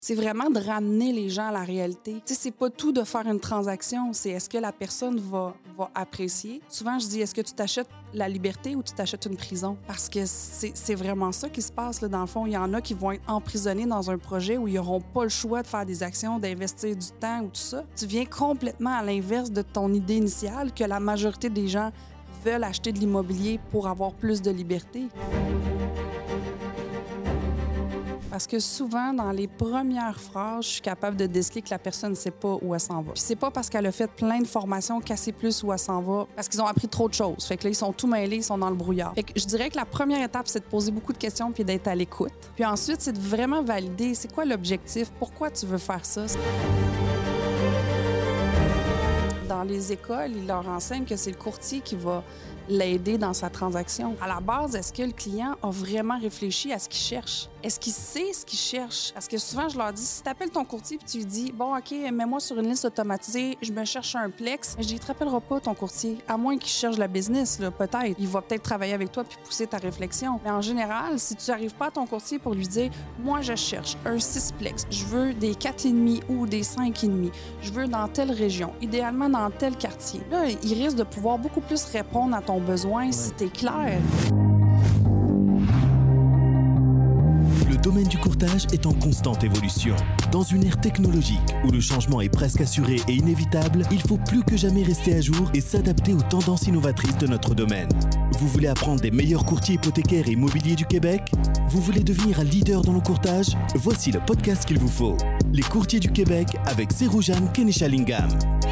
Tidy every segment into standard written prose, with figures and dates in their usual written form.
C'est vraiment de ramener les gens à la réalité. Tu sais, c'est pas tout de faire une transaction, c'est est-ce que la personne va apprécier. Souvent, je dis, est-ce que tu t'achètes la liberté ou tu t'achètes une prison? Parce que c'est vraiment ça qui se passe, là, dans le fond. Il y en a qui vont être emprisonnés dans un projet où ils n'auront pas le choix de faire des actions, d'investir du temps ou tout ça. Tu viens complètement à l'inverse de ton idée initiale que la majorité des gens veulent acheter de l'immobilier pour avoir plus de liberté. Parce que souvent, dans les premières phrases, je suis capable de déceler que la personne ne sait pas où elle s'en va. Puis c'est pas parce qu'elle a fait plein de formations qu'elle sait plus où elle s'en va, parce qu'ils ont appris trop de choses. Fait que là, ils sont tout mêlés, ils sont dans le brouillard. Fait que je dirais que la première étape, c'est de poser beaucoup de questions puis d'être à l'écoute. Puis ensuite, c'est de vraiment valider c'est quoi l'objectif, pourquoi tu veux faire ça. Dans les écoles, ils leur enseignent que c'est le courtier qui va l'aider dans sa transaction. À la base, est-ce que le client a vraiment réfléchi à ce qu'il cherche? Est-ce qu'il sait ce qu'il cherche? Parce que souvent, je leur dis, si tu appelles ton courtier et tu lui dis, bon, OK, mets-moi sur une liste automatisée, je me cherche un plex, je dis, il te rappellera pas ton courtier, à moins qu'il cherche la business, là, peut-être. Il va peut-être travailler avec toi puis pousser ta réflexion. Mais en général, si tu n'arrives pas à ton courtier pour lui dire, moi, je cherche un 6-plex, je veux des 4,5 ou des 5,5, je veux dans telle région, idéalement dans tel quartier. Là, il risque de pouvoir beaucoup plus répondre à ton besoin si tu es clair. Le domaine du courtage est en constante évolution. Dans une ère technologique où le changement est presque assuré et inévitable, il faut plus que jamais rester à jour et s'adapter aux tendances innovatrices de notre domaine. Vous voulez apprendre des meilleurs courtiers hypothécaires et immobiliers du Québec? Vous voulez devenir un leader dans le courtage? Voici le podcast qu'il vous faut. Les courtiers du Québec avec Seroujane Kenishalingam.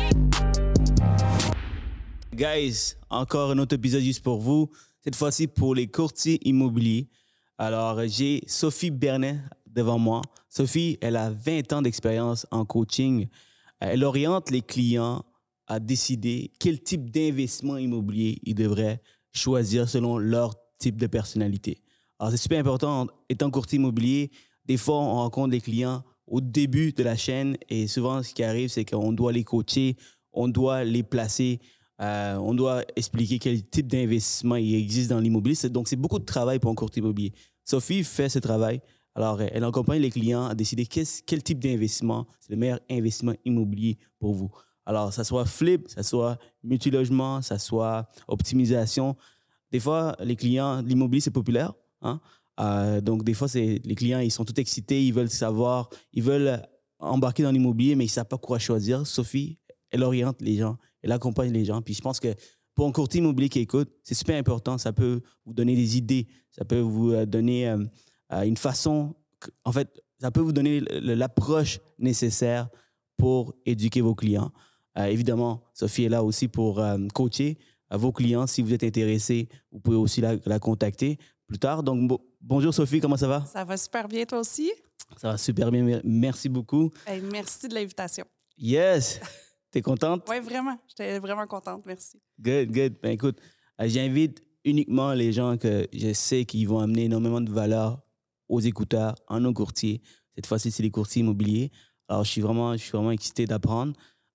Guys, encore un autre épisode juste pour vous. Cette fois-ci pour les courtiers immobiliers. Alors, j'ai Sophie Bernet devant moi. Sophie, elle a 20 ans d'expérience en coaching. Elle oriente les clients à décider quel type d'investissement immobilier ils devraient choisir selon leur type de personnalité. Alors, c'est super important. Étant courtier immobilier, des fois, on rencontre des clients au début de la chaîne et souvent, ce qui arrive, c'est qu'on doit les coacher, on doit les placer. On doit expliquer quel type d'investissement il existe dans l'immobilier. Donc, c'est beaucoup de travail pour un courtier immobilier. Sophie fait ce travail. Alors, elle accompagne les clients à décider quel type d'investissement, c'est le meilleur investissement immobilier pour vous. Alors, ça soit flip, ça soit multilogement, ça soit optimisation. Des fois, les clients, l'immobilier, c'est populaire. Hein? Donc, des fois, les clients, ils sont tout excités, ils veulent savoir, ils veulent embarquer dans l'immobilier, mais ils ne savent pas quoi choisir. Sophie, elle oriente les gens, elle accompagne les gens. Puis je pense que pour un courtier immobilier qui écoute, c'est super important. Ça peut vous donner des idées, ça peut vous donner une façon, en fait, ça peut vous donner l'approche nécessaire pour éduquer vos clients. Évidemment, Sophie est là aussi pour coacher vos clients. Si vous êtes intéressé, vous pouvez aussi la contacter plus tard. Donc, bonjour Sophie, comment ça va? Ça va super bien, toi aussi? Ça va super bien, merci beaucoup. Hey, merci de l'invitation. Yes! T'es contente? Oui, vraiment. J'étais vraiment contente. Merci. Good, good. Ben écoute, j'invite uniquement les gens que je sais qu'ils vont amener énormément de valeur aux écouteurs, en nos courtiers. Cette fois-ci, c'est les courtiers immobiliers. Alors, je suis vraiment excité d'apprendre.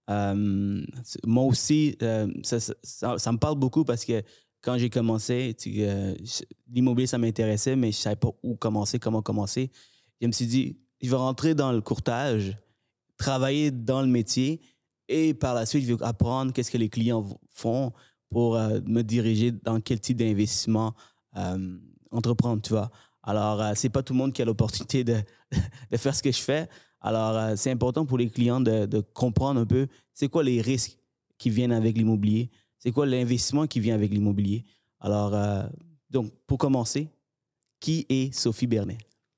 Moi aussi, ça me parle beaucoup parce que quand j'ai commencé, l'immobilier, ça m'intéressait, mais je ne savais pas où commencer, comment commencer. Je me suis dit, je vais rentrer dans le courtage, travailler dans le métier. Et par la suite, je vais apprendre qu'est-ce que les clients font pour me diriger dans quel type d'investissement entreprendre, tu vois. Alors, c'est pas tout le monde qui a l'opportunité de faire ce que je fais. Alors, c'est important pour les clients de comprendre un peu c'est quoi les risques qui viennent avec l'immobilier, c'est quoi l'investissement qui vient avec l'immobilier. Alors, donc, pour commencer, qui est Sophie Bernet?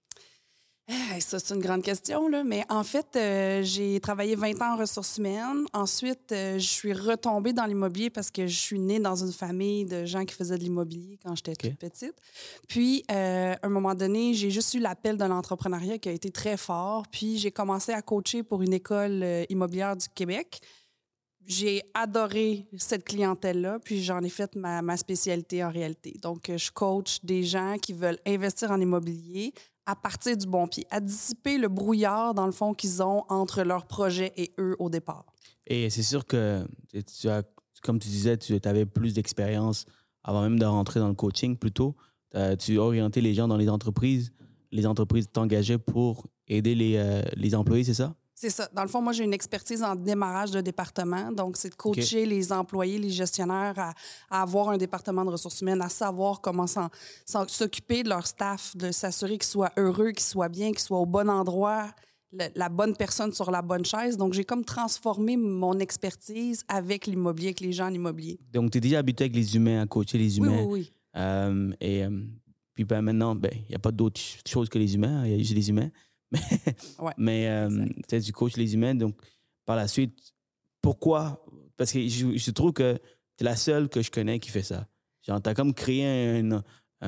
Ça, c'est une grande question, là. Mais en fait, j'ai travaillé 20 ans en ressources humaines. Ensuite, je suis retombée dans l'immobilier parce que je suis née dans une famille de gens qui faisaient de l'immobilier quand j'étais toute petite. Puis, à un moment donné, j'ai juste eu l'appel de l'entrepreneuriat qui a été très fort. Puis, j'ai commencé à coacher pour une école immobilière du Québec. J'ai adoré cette clientèle-là, puis j'en ai fait ma spécialité en réalité. Donc, je coach des gens qui veulent investir en immobilier à partir du bon pied, à dissiper le brouillard, dans le fond, qu'ils ont entre leur projet et eux au départ. Et c'est sûr que, comme tu disais, tu avais plus d'expérience avant même de rentrer dans le coaching plutôt. Tu as orienté les gens dans les entreprises, les entreprises t'engageaient pour aider les employés, c'est ça? C'est ça. Dans le fond, moi, j'ai une expertise en démarrage de département. Donc, c'est de coacher les employés, les gestionnaires à avoir un département de ressources humaines, à savoir comment s'occuper de leur staff, de s'assurer qu'ils soient heureux, qu'ils soient bien, qu'ils soient au bon endroit, la bonne personne sur la bonne chaise. Donc, j'ai comme transformé mon expertise avec l'immobilier, avec les gens en immobilier. Donc, tu es déjà habitué avec les humains, à coacher les humains. Oui. Puis maintenant, il n'y a pas d'autre chose que les humains. Il y a juste les humains. Mais tu coaches les humains. Donc, par la suite, pourquoi? Parce que je trouve que tu es la seule que je connais qui fait ça. Genre, tu as comme créé une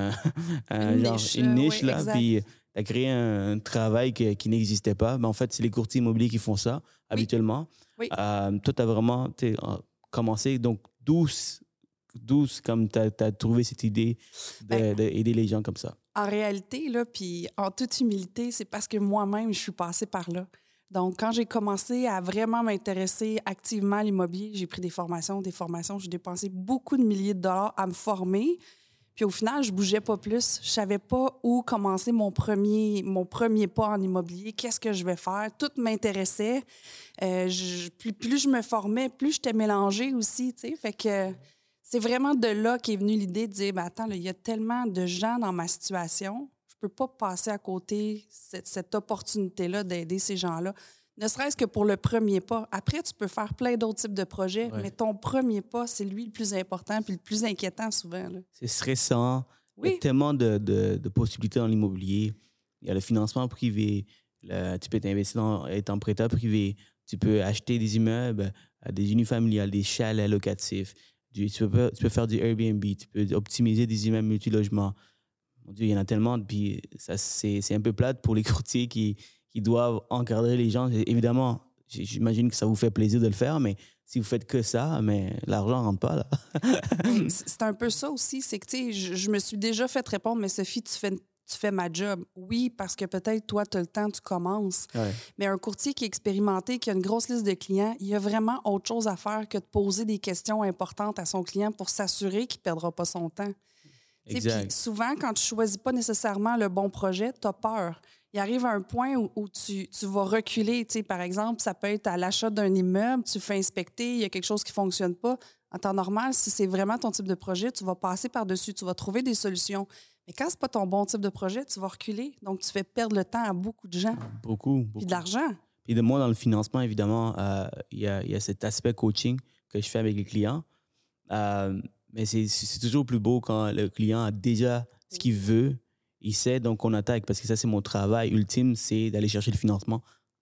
niche là, puis tu as créé un travail qui n'existait pas. Mais en fait, c'est les courtiers immobiliers qui font ça habituellement. Oui. Toi, tu as vraiment commencé, donc douce, comme tu as trouvé cette idée d'aider les gens comme ça. En réalité, là, puis en toute humilité, c'est parce que moi-même, je suis passée par là. Donc, quand j'ai commencé à vraiment m'intéresser activement à l'immobilier, j'ai pris des formations. J'ai dépensé beaucoup de milliers de dollars à me former. Puis au final, je bougeais pas plus. Je savais pas où commencer mon premier pas en immobilier. Qu'est-ce que je vais faire? Tout m'intéressait. Plus je me formais, plus j'étais mélangée aussi, tu sais. Fait que c'est vraiment de là qu'est venue l'idée de dire, attends, il y a tellement de gens dans ma situation, je peux pas passer à côté cette opportunité-là d'aider ces gens-là. Ne serait-ce que pour le premier pas. Après, tu peux faire plein d'autres types de projets, mais ton premier pas, c'est lui le plus important puis le plus inquiétant souvent. Là. C'est stressant. Oui. Il y a tellement de possibilités dans l'immobilier. Il y a le financement privé. Tu peux t'investir être en prêteur privé. Tu peux acheter des immeubles, des unifamiliales, des chalets locatifs. Tu peux faire du Airbnb. Tu peux optimiser des immeubles multilogements. Mon Dieu, il y en a tellement. Puis ça, c'est un peu plate pour les courtiers qui doivent encadrer les gens. Évidemment, j'imagine que ça vous fait plaisir de le faire, mais si vous faites que ça, mais l'argent ne rentre pas, là. C'est un peu ça aussi. C'est que, tu sais, je me suis déjà fait répondre, mais Sophie, tu fais ma job. Oui, parce que peut-être, toi, tu as le temps, tu commences. Ouais. Mais un courtier qui est expérimenté, qui a une grosse liste de clients, il y a vraiment autre chose à faire que de poser des questions importantes à son client pour s'assurer qu'il ne perdra pas son temps. Exact. Puis souvent, quand tu ne choisis pas nécessairement le bon projet, tu as peur. Il arrive à un point où tu vas reculer. Par exemple, ça peut être à l'achat d'un immeuble, tu fais inspecter, il y a quelque chose qui ne fonctionne pas. En temps normal, si c'est vraiment ton type de projet, tu vas passer par-dessus, tu vas trouver des solutions. Mais quand ce n'est pas ton bon type de projet, tu vas reculer. Donc, tu fais perdre le temps à beaucoup de gens. Beaucoup. Puis de l'argent. Puis de moi, dans le financement, évidemment, il y a cet aspect coaching que je fais avec les clients. Mais c'est toujours plus beau quand le client a déjà ce qu'il veut. Il sait, donc on attaque, parce que ça, c'est mon travail ultime, c'est d'aller chercher le financement,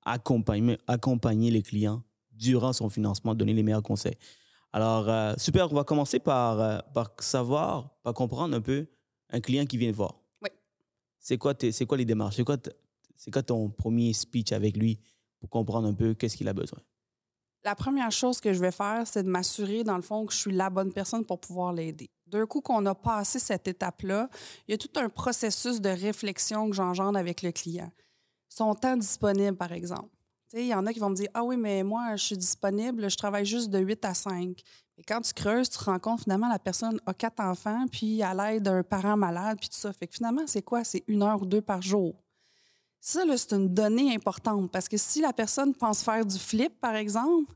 accompagner les clients durant son financement, donner les meilleurs conseils. Alors, super, on va commencer par comprendre un peu un client qui vient te voir. Oui. C'est quoi les démarches? C'est quoi ton premier speech avec lui pour comprendre un peu qu'est-ce qu'il a besoin? La première chose que je vais faire, c'est de m'assurer, dans le fond, que je suis la bonne personne pour pouvoir l'aider. D'un coup qu'on a passé cette étape-là, il y a tout un processus de réflexion que j'engendre avec le client. Son temps disponible, par exemple. Il y en a qui vont me dire « Ah oui, mais moi, je suis disponible, je travaille juste de 8 à 5. » Et quand tu creuses, tu te rends compte, finalement, la personne a 4 enfants, puis elle aide d'un parent malade, puis tout ça. Fait que finalement, c'est quoi? C'est 1 heure ou 2 par jour. Ça, là, c'est une donnée importante parce que si la personne pense faire du flip, par exemple,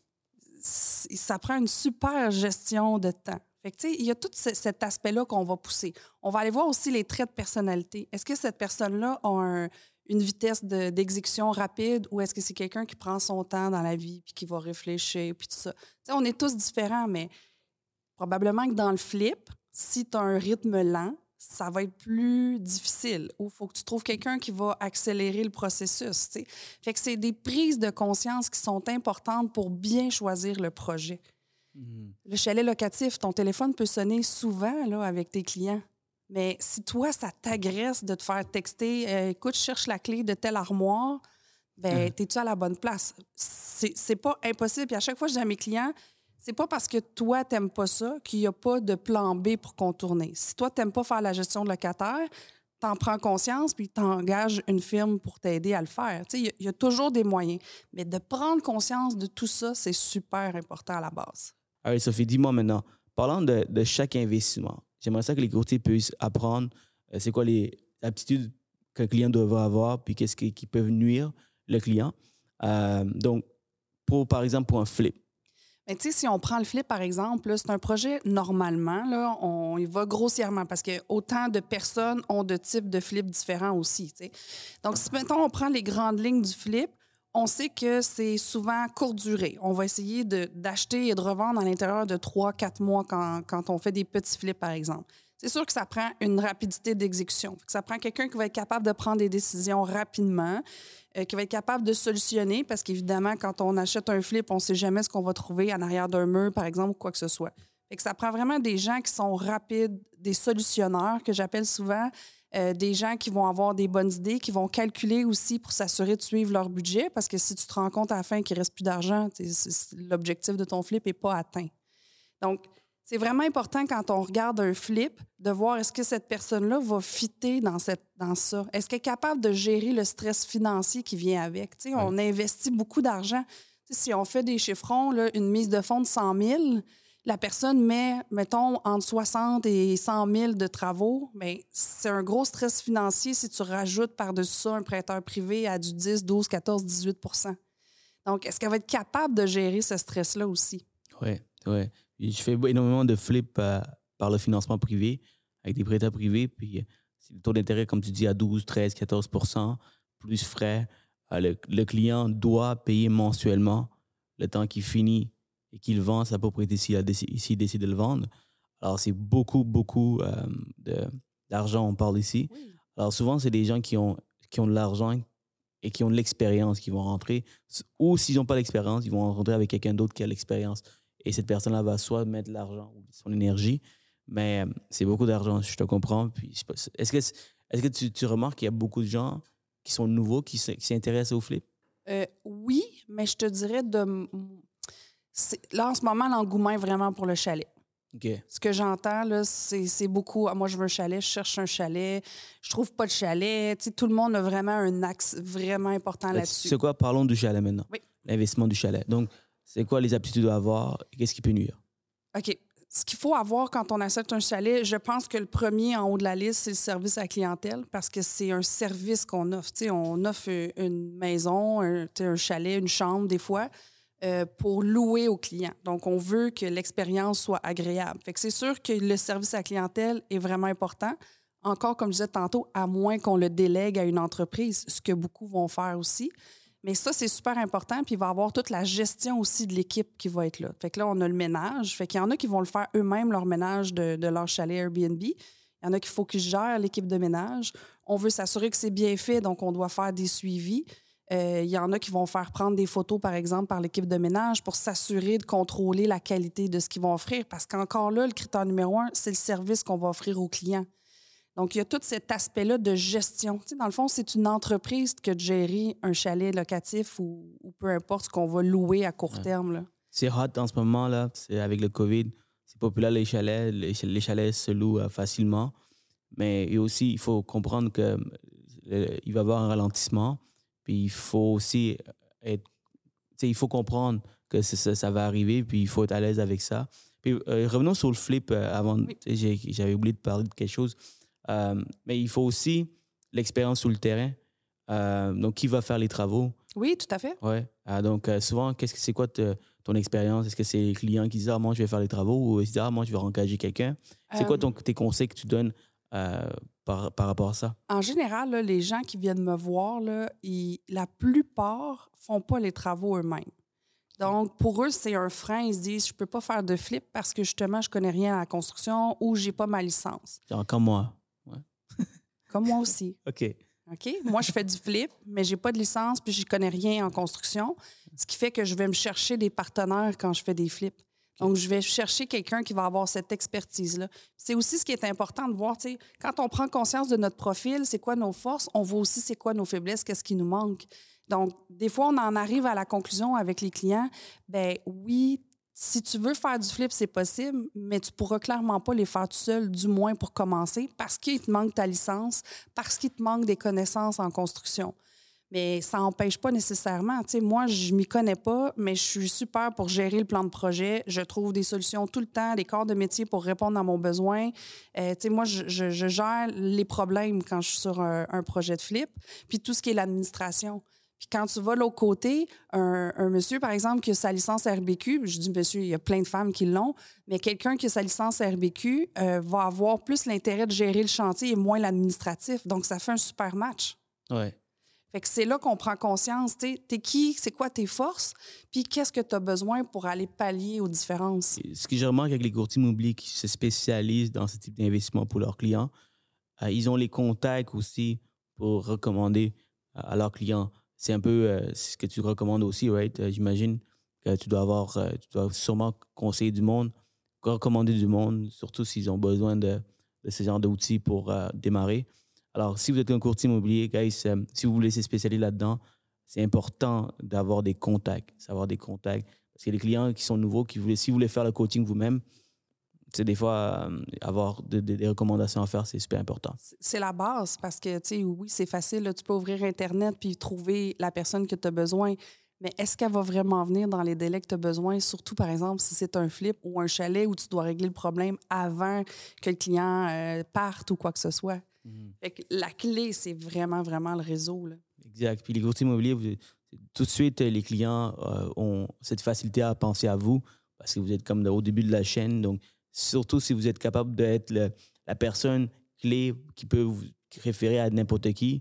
ça prend une super gestion de temps. Fait que, tu sais, il y a tout cet aspect-là qu'on va pousser. On va aller voir aussi les traits de personnalité. Est-ce que cette personne-là a une vitesse d'exécution rapide ou est-ce que c'est quelqu'un qui prend son temps dans la vie puis qui va réfléchir puis tout ça? Tu sais, on est tous différents, mais probablement que dans le flip, si tu as un rythme lent, ça va être plus difficile. Ou il faut que tu trouves quelqu'un qui va accélérer le processus. T'sais. Fait que c'est des prises de conscience qui sont importantes pour bien choisir le projet. Mm-hmm. Le chalet locatif, ton téléphone peut sonner souvent là, avec tes clients. Mais si toi, ça t'agresse de te faire texter « Écoute, je cherche la clé de telle armoire », ben t'es-tu à la bonne place? C'est pas impossible. Puis à chaque fois, je dis à mes clients, c'est pas parce que toi, t'aimes pas ça qu'il n'y a pas de plan B pour contourner. Si toi, t'aimes pas faire la gestion de locataire, t'en prends conscience puis t'engages une firme pour t'aider à le faire. Il y a toujours des moyens. Mais de prendre conscience de tout ça, c'est super important à la base. All right, Sophie, dis-moi maintenant, parlant de chaque investissement, j'aimerais ça que les courtiers puissent apprendre c'est quoi les aptitudes qu'un client doit avoir, puis qu'est-ce qui peut nuire le client. Donc, par exemple, pour un flip. Mais tu sais, si on prend le flip, par exemple, là, c'est un projet, normalement, là, on y va grossièrement parce que autant de personnes ont de types de flips différents aussi, tu sais. Donc, si, mettons, on prend les grandes lignes du flip, on sait que c'est souvent courte durée. On va essayer d'acheter et de revendre à l'intérieur de 3-4 mois quand on fait des petits flips, par exemple. C'est sûr que ça prend une rapidité d'exécution. Ça prend quelqu'un qui va être capable de prendre des décisions rapidement, qui va être capable de solutionner, parce qu'évidemment, quand on achète un flip, on ne sait jamais ce qu'on va trouver en arrière d'un mur, par exemple, ou quoi que ce soit. Fait que ça prend vraiment des gens qui sont rapides, des solutionneurs, que j'appelle souvent, des gens qui vont avoir des bonnes idées, qui vont calculer aussi pour s'assurer de suivre leur budget, parce que si tu te rends compte à la fin qu'il ne reste plus d'argent, l'objectif de ton flip n'est pas atteint. Donc, c'est vraiment important quand on regarde un flip de voir est-ce que cette personne-là va fitter dans ça. Est-ce qu'elle est capable de gérer le stress financier qui vient avec? T'sais, on investit beaucoup d'argent. T'sais, si on fait des chiffrons, là, une mise de fonds de 100 000, la personne met, mettons, entre 60 et 100 000 de travaux, mais c'est un gros stress financier si tu rajoutes par-dessus ça un prêteur privé à du 10, 12, 14, 18 %. Donc, est-ce qu'elle va être capable de gérer ce stress-là aussi? Oui, oui. Je fais énormément de flips par le financement privé, avec des prêteurs privés. Puis, si le taux d'intérêt, comme tu dis, à 12, 13, 14 %, plus frais, le client doit payer mensuellement le temps qu'il finit et qu'il vend sa propriété s'il décide de le vendre. Alors, c'est beaucoup, beaucoup d'argent, on parle ici. Oui. Alors, souvent, c'est des gens qui ont de l'argent et qui ont de l'expérience qui vont rentrer. Ou s'ils n'ont pas l'expérience, ils vont rentrer avec quelqu'un d'autre qui a l'expérience. Et cette personne-là va soit mettre de l'argent ou son énergie, mais c'est beaucoup d'argent, je te comprends. Puis, est-ce que tu remarques qu'il y a beaucoup de gens qui sont nouveaux, qui s'intéressent au flip? Oui, mais je te dirais là, en ce moment, l'engouement est vraiment pour le chalet. Okay. Ce que j'entends, là, c'est beaucoup. Moi, je veux un chalet, je cherche un chalet, je trouve pas de chalet. Tu sais, tout le monde a vraiment un axe vraiment important là-dessus. C'est quoi? Parlons du chalet maintenant. Oui. L'investissement du chalet. Donc, c'est quoi les aptitudes à avoir et qu'est-ce qui peut nuire? OK. Ce qu'il faut avoir quand on achète un chalet, je pense que le premier en haut de la liste, c'est le service à la clientèle parce que c'est un service qu'on offre. T'sais, on offre une maison, un chalet, une chambre des fois pour louer aux clients. Donc, on veut que l'expérience soit agréable. Fait que c'est sûr que le service à la clientèle est vraiment important. Encore, comme je disais tantôt, à moins qu'on le délègue à une entreprise, ce que beaucoup vont faire aussi. Mais ça, c'est super important. Puis il va y avoir toute la gestion aussi de l'équipe qui va être là. Fait que là, on a le ménage. Fait qu'il y en a qui vont le faire eux-mêmes, leur ménage de leur chalet Airbnb. Il y en a qu'il faut qu'ils gèrent l'équipe de ménage. On veut s'assurer que c'est bien fait, donc on doit faire des suivis. Il y en a qui vont faire prendre des photos, par exemple, par l'équipe de ménage pour s'assurer de contrôler la qualité de ce qu'ils vont offrir. Parce qu'encore là, le critère numéro 1, c'est le service qu'on va offrir aux clients. Donc, il y a tout cet aspect-là de gestion. Tu sais, dans le fond, c'est une entreprise que de gérer un chalet locatif ou peu importe ce qu'on va louer à court terme. Là. C'est hot en ce moment, là. C'est avec le COVID. C'est populaire, les chalets. Les chalets se louent facilement. Mais aussi, il faut comprendre qu'il va y avoir un ralentissement. Puis, il faut aussi il faut comprendre que ça va arriver. Puis, il faut être à l'aise avec ça. Puis, revenons sur le flip avant. Oui. J'avais oublié de parler de quelque chose. Mais il faut aussi l'expérience sur le terrain. Donc, qui va faire les travaux? Oui, tout à fait. Ouais. Donc, souvent, c'est quoi ton expérience? Est-ce que c'est les clients qui disent « Ah, moi, je vais faire les travaux » ou ils disent « Ah, moi, je vais engager quelqu'un ». C'est quoi tes conseils que tu donnes par rapport à ça? En général, là, les gens qui viennent me voir, là, la plupart ne font pas les travaux eux-mêmes. Donc, pour eux, c'est un frein. Ils se disent, je ne peux pas faire de flip parce que, justement, je ne connais rien à la construction ou je n'ai pas ma licence. Genre comme moi. Ouais. Comme moi aussi. OK. Moi, je fais du flip, mais je n'ai pas de licence puis je ne connais rien en construction, ce qui fait que je vais me chercher des partenaires quand je fais des flips. Donc, je vais chercher quelqu'un qui va avoir cette expertise-là. C'est aussi ce qui est important de voir, tu sais, quand on prend conscience de notre profil, c'est quoi nos forces, on voit aussi c'est quoi nos faiblesses, qu'est-ce qui nous manque. Donc, des fois, on en arrive à la conclusion avec les clients, ben oui, si tu veux faire du flip, c'est possible, mais tu ne pourras clairement pas les faire tout seul, du moins pour commencer, parce qu'il te manque ta licence, parce qu'il te manque des connaissances en construction. Mais ça n'empêche pas nécessairement. Tu sais, moi, je ne m'y connais pas, mais je suis super pour gérer le plan de projet. Je trouve des solutions tout le temps, des corps de métier pour répondre à mon besoin. Tu sais, moi, je gère les problèmes quand je suis sur un projet de flip, puis tout ce qui est l'administration. Puis quand tu vas de l'autre côté, un monsieur, par exemple, qui a sa licence RBQ, je dis monsieur, il y a plein de femmes qui l'ont, mais quelqu'un qui a sa licence RBQ va avoir plus l'intérêt de gérer le chantier et moins l'administratif. Donc, ça fait un super match. Ouais. Fait que c'est là qu'on prend conscience, tu sais, t'es qui, c'est quoi tes forces, puis qu'est-ce que tu as besoin pour aller pallier aux différences. Ce que je remarque avec les courtiers immobiliers qui se spécialisent dans ce type d'investissement pour leurs clients, ils ont les contacts aussi pour recommander à leurs clients. C'est un peu ce que tu recommandes aussi, right? J'imagine que tu dois sûrement conseiller du monde, recommander du monde, surtout s'ils ont besoin de ce genre d'outils pour démarrer. Alors, si vous êtes un courtier immobilier, guys, si vous voulez se spécialiser là-dedans, c'est important d'avoir des contacts, savoir des contacts. Parce que les clients qui sont nouveaux, si vous voulez faire le coaching vous-même, c'est des fois, avoir des recommandations à faire, c'est super important. C'est la base parce que, tu sais, oui, c'est facile. Là, tu peux ouvrir Internet puis trouver la personne que tu as besoin. Mais est-ce qu'elle va vraiment venir dans les délais que tu as besoin? Surtout, par exemple, si c'est un flip ou un chalet où tu dois régler le problème avant que le client parte ou quoi que ce soit. Fait que la clé, c'est vraiment, vraiment le réseau. Là. Exact. Puis les courtiers immobiliers, tout de suite, les clients ont cette facilité à penser à vous parce que vous êtes comme au début de la chaîne. Donc, surtout si vous êtes capable d'être la personne clé qui peut vous référer à n'importe qui,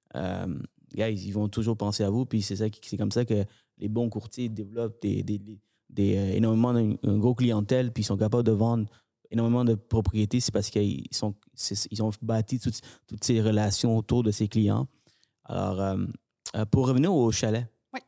guys, ils vont toujours penser à vous. Puis c'est comme ça que les bons courtiers développent énormément une grosse clientèle, puis ils sont capables de vendre énormément de propriétés. C'est parce qu'ils ont bâti toutes ces relations autour de ces clients. Alors, pour revenir au chalet, oui.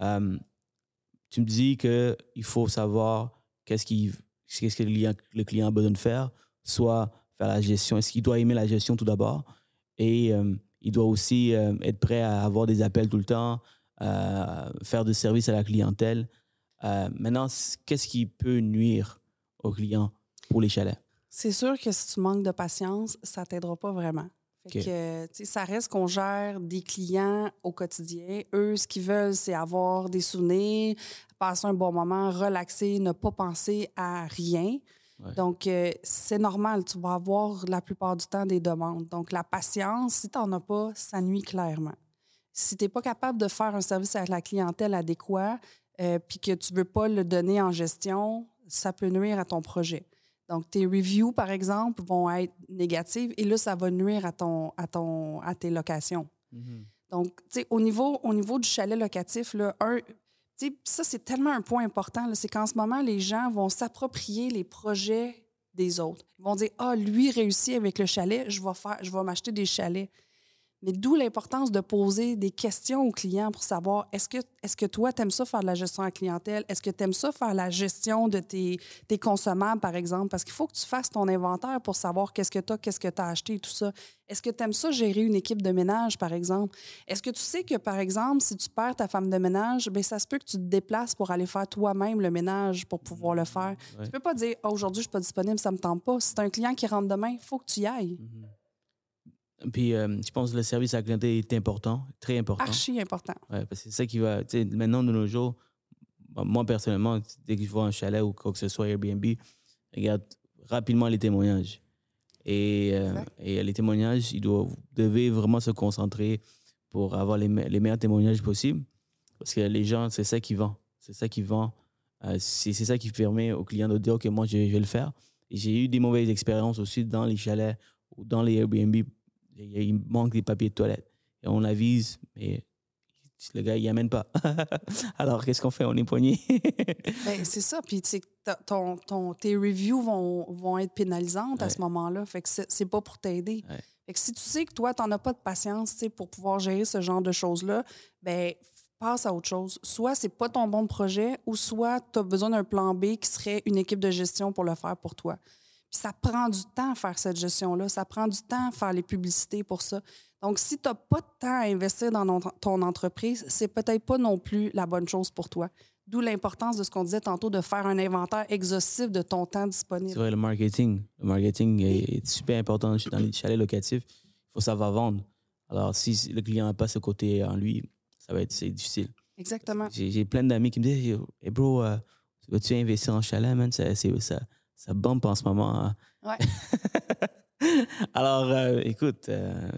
Tu me dis qu'il faut savoir qu'est-ce que le client a besoin de faire, soit faire la gestion. Est-ce qu'il doit aimer la gestion tout d'abord? Et il doit aussi être prêt à avoir des appels tout le temps, faire du service à la clientèle. Maintenant, qu'est-ce qui peut nuire aux clients pour les chalets? C'est sûr que si tu manques de patience, ça ne t'aidera pas vraiment. Fait que, ça reste qu'on gère des clients au quotidien. Eux, ce qu'ils veulent, c'est avoir des souvenirs, passer un bon moment, relaxer, ne pas penser à rien. Ouais. Donc, c'est normal. Tu vas avoir la plupart du temps des demandes. Donc, la patience, si tu n'en as pas, ça nuit clairement. Si tu n'es pas capable de faire un service à la clientèle adéquat puis que tu ne veux pas le donner en gestion, ça peut nuire à ton projet. Donc, tes reviews, par exemple, vont être négatives et là, ça va nuire à tes locations. Mm-hmm. Donc, tu sais, au niveau du chalet locatif, là, ça, c'est tellement un point important, là, c'est qu'en ce moment, les gens vont s'approprier les projets des autres. Ils vont dire « Ah, lui réussit avec le chalet, je vais m'acheter des chalets. » Mais d'où l'importance de poser des questions aux clients pour savoir est-ce que toi, tu aimes ça faire de la gestion à la clientèle? Est-ce que tu aimes ça faire la gestion de tes consommables, par exemple? Parce qu'il faut que tu fasses ton inventaire pour savoir qu'est-ce que tu as acheté et tout ça. Est-ce que tu aimes ça gérer une équipe de ménage, par exemple? Est-ce que tu sais que, par exemple, si tu perds ta femme de ménage, bien, ça se peut que tu te déplaces pour aller faire toi-même le ménage pour pouvoir le faire? Ouais. Tu peux pas dire oh, « aujourd'hui, je suis pas disponible, ça me tente pas. » Si tu as un client qui rentre demain, il faut que tu y ailles. Mm-hmm. Puis, je pense que le service à la clientèle est important, très important. Archi important. Ouais, parce que c'est ça qui va... Tu sais, maintenant, de nos jours, moi, personnellement, dès que je vois un chalet ou quoi que ce soit, Airbnb, regarde rapidement les témoignages. Et les témoignages, vous devez vraiment se concentrer pour avoir les meilleurs témoignages possibles. Parce que les gens, c'est ça qui vend. C'est ça qui vend. C'est ça qui permet aux clients de dire « OK, moi, je vais le faire ». Et j'ai eu des mauvaises expériences aussi dans les chalets ou dans les Airbnb. Il manque des papiers de toilette. Et on l'avise, mais le gars, il n'amène pas. Alors, qu'est-ce qu'on fait? On est poigné. Ben, c'est ça. Puis, tu sais, tes reviews vont être pénalisantes à ce moment-là. Fait que c'est pas pour t'aider. Ouais. Fait que si tu sais que toi, tu n'en as pas de patience pour pouvoir gérer ce genre de choses-là, ben passe à autre chose. Soit c'est pas ton bon projet, ou soit tu as besoin d'un plan B qui serait une équipe de gestion pour le faire pour toi. Puis ça prend du temps à faire cette gestion-là. Ça prend du temps à faire les publicités pour ça. Donc, si tu n'as pas de temps à investir dans ton entreprise, c'est peut-être pas non plus la bonne chose pour toi. D'où l'importance de ce qu'on disait tantôt, de faire un inventaire exhaustif de ton temps disponible. C'est vrai, le marketing. Le marketing est super important dans les chalets locatifs. Il faut savoir vendre. Alors, si le client n'a pas ce côté en lui, c'est difficile. Exactement. J'ai plein d'amis qui me disent hey bro, veux-tu investir en chalet, man? Ça bombe en ce moment. Hein? Ouais. Alors, écoute,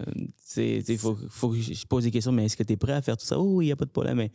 il faut que je pose des questions, mais est-ce que tu es prêt à faire tout ça? Oh, il n'y a pas de problème. Mais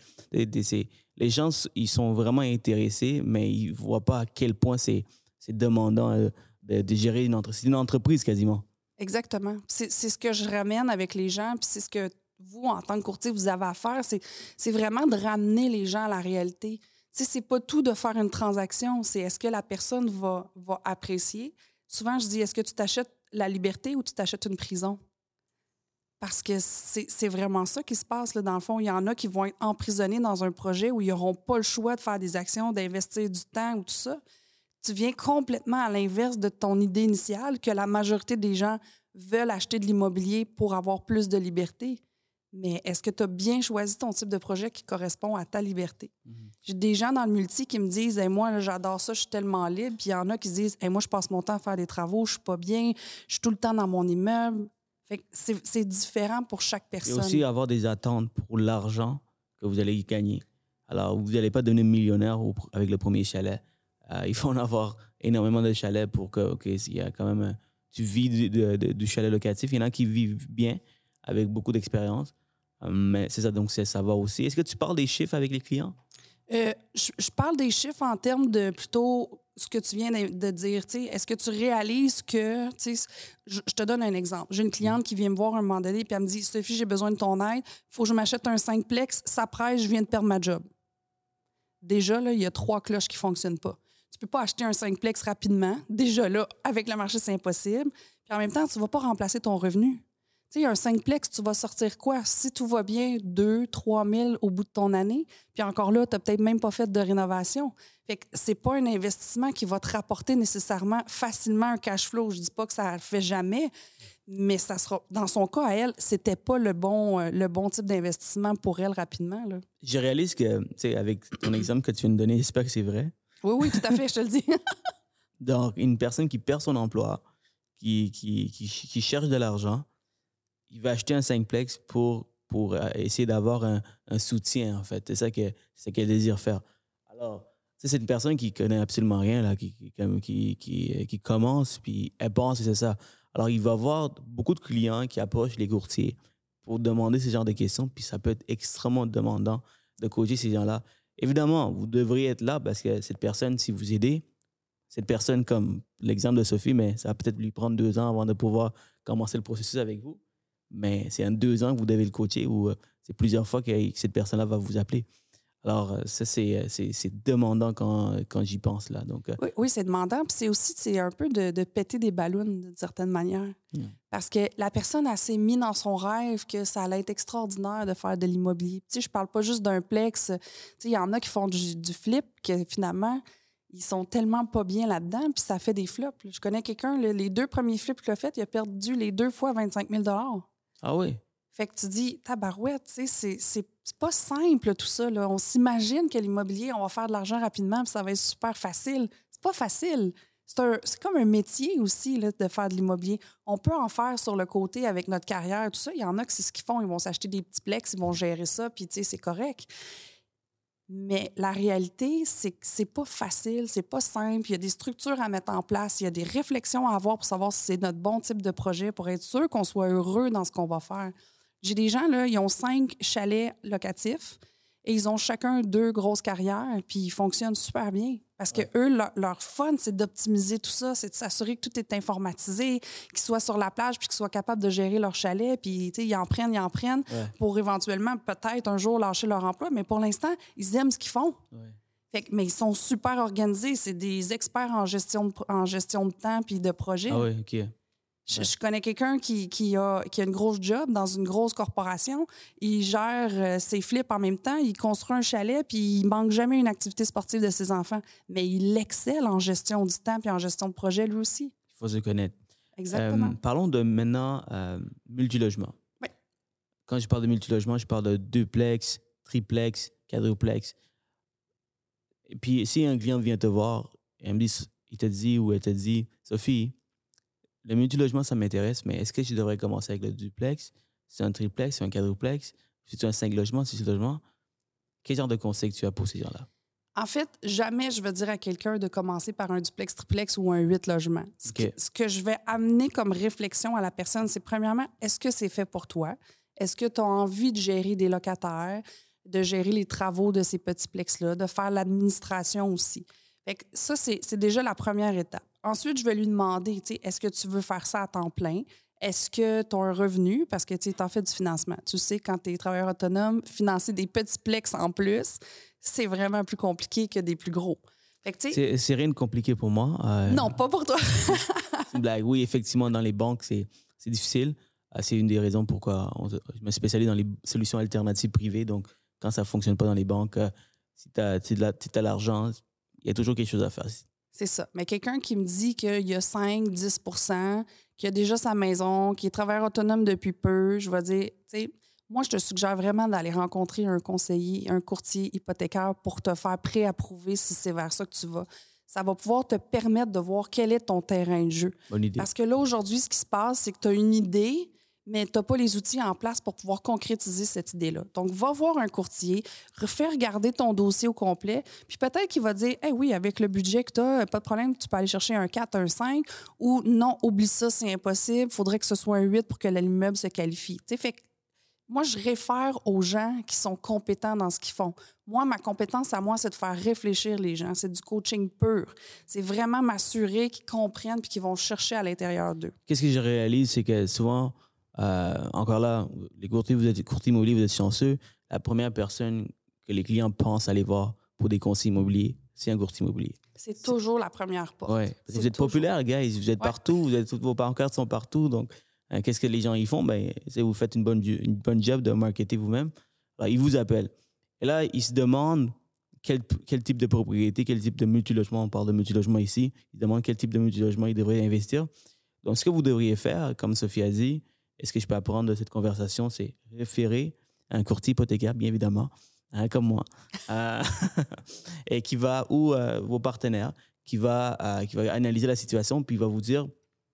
les gens, ils sont vraiment intéressés, mais ils ne voient pas à quel point c'est demandant de gérer c'est une entreprise quasiment. Exactement. C'est ce que je ramène avec les gens, puis c'est ce que vous, en tant que courtier, vous avez à faire. C'est vraiment de ramener les gens à la réalité. C'est pas tout de faire une transaction, c'est est-ce que la personne va apprécier. Souvent, je dis, est-ce que tu t'achètes la liberté ou tu t'achètes une prison? Parce que c'est vraiment ça qui se passe. Là, dans le fond, il y en a qui vont être emprisonnés dans un projet où ils n'auront pas le choix de faire des actions, d'investir du temps ou tout ça. Tu viens complètement à l'inverse de ton idée initiale, que la majorité des gens veulent acheter de l'immobilier pour avoir plus de liberté. Mais est-ce que tu as bien choisi ton type de projet qui correspond à ta liberté? Mm-hmm. J'ai des gens dans le multi qui me disent hey, « moi, là, j'adore ça, je suis tellement libre. » Puis il y en a qui disent hey, « moi, je passe mon temps à faire des travaux, je suis pas bien, je suis tout le temps dans mon immeuble. » Fait que c'est différent pour chaque personne. Et aussi avoir des attentes pour l'argent que vous allez y gagner. Alors, vous n'allez pas devenir millionnaire avec le premier chalet. Il faut en avoir énormément de chalets pour que, il y a quand même, tu vis du chalet locatif. Il y en a qui vivent bien avec beaucoup d'expérience. Mais c'est ça, donc ça va aussi. Est-ce que tu parles des chiffres avec les clients? Je parle des chiffres en termes de plutôt ce que tu viens de dire. Est-ce que tu réalises que... Je te donne un exemple. J'ai une cliente qui vient me voir un moment donné et elle me dit « Sophie, j'ai besoin de ton aide. Il faut que je m'achète un 5plex. Ça presse, je viens de perdre ma job. » Déjà, là, il y a 3 cloches qui ne fonctionnent pas. Tu ne peux pas acheter un 5plex rapidement. Déjà, là, avec le marché, c'est impossible. Puis en même temps, tu ne vas pas remplacer ton revenu. Tu sais, un 5plex, tu vas sortir quoi? Si tout va bien, 2 000 3 000 au bout de ton année. Puis encore là, tu n'as peut-être même pas fait de rénovation. Fait que c'est pas un investissement qui va te rapporter nécessairement facilement un cash flow. Je dis pas que ça ne le fait jamais, mais ça sera, dans son cas, à elle, c'était pas le bon type d'investissement pour elle rapidement. Là. Je réalise que, tu sais, avec ton exemple que tu viens de donner, j'espère que c'est vrai. Oui, tout à fait, je te le dis. Donc, une personne qui perd son emploi, qui cherche de l'argent, il va acheter un 5plex pour essayer d'avoir un soutien, en fait. C'est ça qu'elle désire faire. Alors, c'est une personne qui connaît absolument rien, là, qui commence, puis elle pense que c'est ça. Alors, il va avoir beaucoup de clients qui approchent les courtiers pour demander ce genre de questions, puis ça peut être extrêmement demandant de coacher ces gens-là. Évidemment, vous devriez être là parce que cette personne, si vous aidez, cette personne, comme l'exemple de Sophie, mais ça va peut-être lui prendre 2 ans avant de pouvoir commencer le processus avec vous. Mais c'est en 2 ans que vous devez le coacher ou c'est plusieurs fois que cette personne-là va vous appeler. Alors, ça, c'est demandant quand j'y pense, là. Donc, oui, c'est demandant. Puis c'est aussi un peu de péter des ballons, d'une certaine manière. Parce que la personne, elle s'est mise dans son rêve que ça allait être extraordinaire de faire de l'immobilier. Tu sais, je parle pas juste d'un plex. Tu sais, il y en a qui font du flip, que finalement, ils sont tellement pas bien là-dedans, puis ça fait des flops. Je connais quelqu'un, les 2 premiers flips qu'il a fait, il a perdu les 2 fois 25 000 $. Ah oui? Fait que tu dis, tabarouette, tu sais, c'est pas simple tout ça. Là. On s'imagine que l'immobilier, on va faire de l'argent rapidement puis ça va être super facile. C'est pas facile. C'est comme un métier aussi là, de faire de l'immobilier. On peut en faire sur le côté avec notre carrière, tout ça. Il y en a que c'est ce qu'ils font. Ils vont s'acheter des petits plex, ils vont gérer ça, puis tu sais, c'est correct. Mais la réalité, c'est que c'est pas facile, c'est pas simple. Il y a des structures à mettre en place, il y a des réflexions à avoir pour savoir si c'est notre bon type de projet, pour être sûr qu'on soit heureux dans ce qu'on va faire. J'ai des gens, là, ils ont 5 chalets locatifs et ils ont chacun 2 grosses carrières, puis ils fonctionnent super bien. Parce que eux, leur fun, c'est d'optimiser tout ça, c'est de s'assurer que tout est informatisé, qu'ils soient sur la plage, puis qu'ils soient capables de gérer leur chalet, puis ils en prennent pour éventuellement, peut-être un jour, lâcher leur emploi. Mais pour l'instant, ils aiment ce qu'ils font. Fait que, mais ils sont super organisés. C'est des experts en gestion de temps puis de projet. Ah oui, OK. Je connais quelqu'un qui a une grosse job dans une grosse corporation. Il gère ses flips en même temps. Il construit un chalet, puis il manque jamais une activité sportive de ses enfants. Mais il excelle en gestion du temps puis en gestion de projet, lui aussi. Il faut se connaître. Exactement. Parlons de maintenant multilogement. Oui. Quand je parle de multilogement, je parle de 2plex, triplex, quadruplex. Et puis, si un client vient te voir, il te dit ou elle te dit, Sophie, le multilogement, ça m'intéresse, mais est-ce que je devrais commencer avec le duplex? C'est un triplex, c'est un quadruplex? si tu as un 5 logements, 6 logements, quel genre de conseils que tu as pour ces gens-là? En fait, jamais je vais dire à quelqu'un de commencer par un duplex, triplex ou un 8 logements. Ce que je vais amener comme réflexion à la personne, c'est premièrement, est-ce que c'est fait pour toi? Est-ce que tu as envie de gérer des locataires, de gérer les travaux de ces petits plex-là, de faire l'administration aussi? Fait que ça, c'est déjà la première étape. Ensuite, je vais lui demander, est-ce que tu veux faire ça à temps plein? Est-ce que tu as un revenu? Parce que tu en fais du financement. Tu sais, quand tu es travailleur autonome, financer des petits plex en plus, c'est vraiment plus compliqué que des plus gros. Fait que, c'est rien de compliqué pour moi. Non, pas pour toi. C'est une blague. Oui, effectivement, dans les banques, c'est difficile. C'est une des raisons pourquoi je me spécialise dans les solutions alternatives privées. Donc, quand ça ne fonctionne pas dans les banques, si tu as l'argent, il y a toujours quelque chose à faire. C'est ça. Mais quelqu'un qui me dit qu'il y a 5-10 qui a déjà sa maison, qui est travailleur autonome depuis peu, je vais dire, moi, je te suggère vraiment d'aller rencontrer un conseiller, un courtier hypothécaire pour te faire préapprouver si c'est vers ça que tu vas. Ça va pouvoir te permettre de voir quel est ton terrain de jeu. Bonne idée. Parce que là, aujourd'hui, ce qui se passe, c'est que tu as une idée, mais tu n'as pas les outils en place pour pouvoir concrétiser cette idée-là. Donc, va voir un courtier, refais regarder ton dossier au complet, puis peut-être qu'il va dire « Hey, oui, avec le budget que tu as, pas de problème, tu peux aller chercher un 4, un 5, ou non, oublie ça, c'est impossible, il faudrait que ce soit un 8 pour que l'immeuble se qualifie. » Fait que moi, je réfère aux gens qui sont compétents dans ce qu'ils font. Moi, ma compétence à moi, c'est de faire réfléchir les gens. C'est du coaching pur. C'est vraiment m'assurer qu'ils comprennent puis qu'ils vont chercher à l'intérieur d'eux. Qu'est-ce que je réalise, c'est que souvent, encore là, les courtiers, vous êtes courtier immobilier, vous êtes chanceux. La première personne que les clients pensent aller voir pour des conseils immobiliers, c'est un courtier immobilier. C'est toujours la première porte. Oui, vous êtes populaire, guys. Vous êtes partout. Toutes vos pancartes sont partout. Donc, qu'est-ce que les gens y font? Ben, vous faites une bonne job de marketer vous-même. Alors, ils vous appellent. Et là, ils se demandent quel type de propriété, quel type de multilogement, on parle de multilogement ici, ils demandent quel type de multilogement ils devraient investir. Donc, ce que vous devriez faire, comme Sophie a dit, et ce que je peux apprendre de cette conversation, c'est référer à un courtier hypothécaire, bien évidemment, comme moi, et qui va, ou vos partenaires, qui va analyser la situation, puis il va vous dire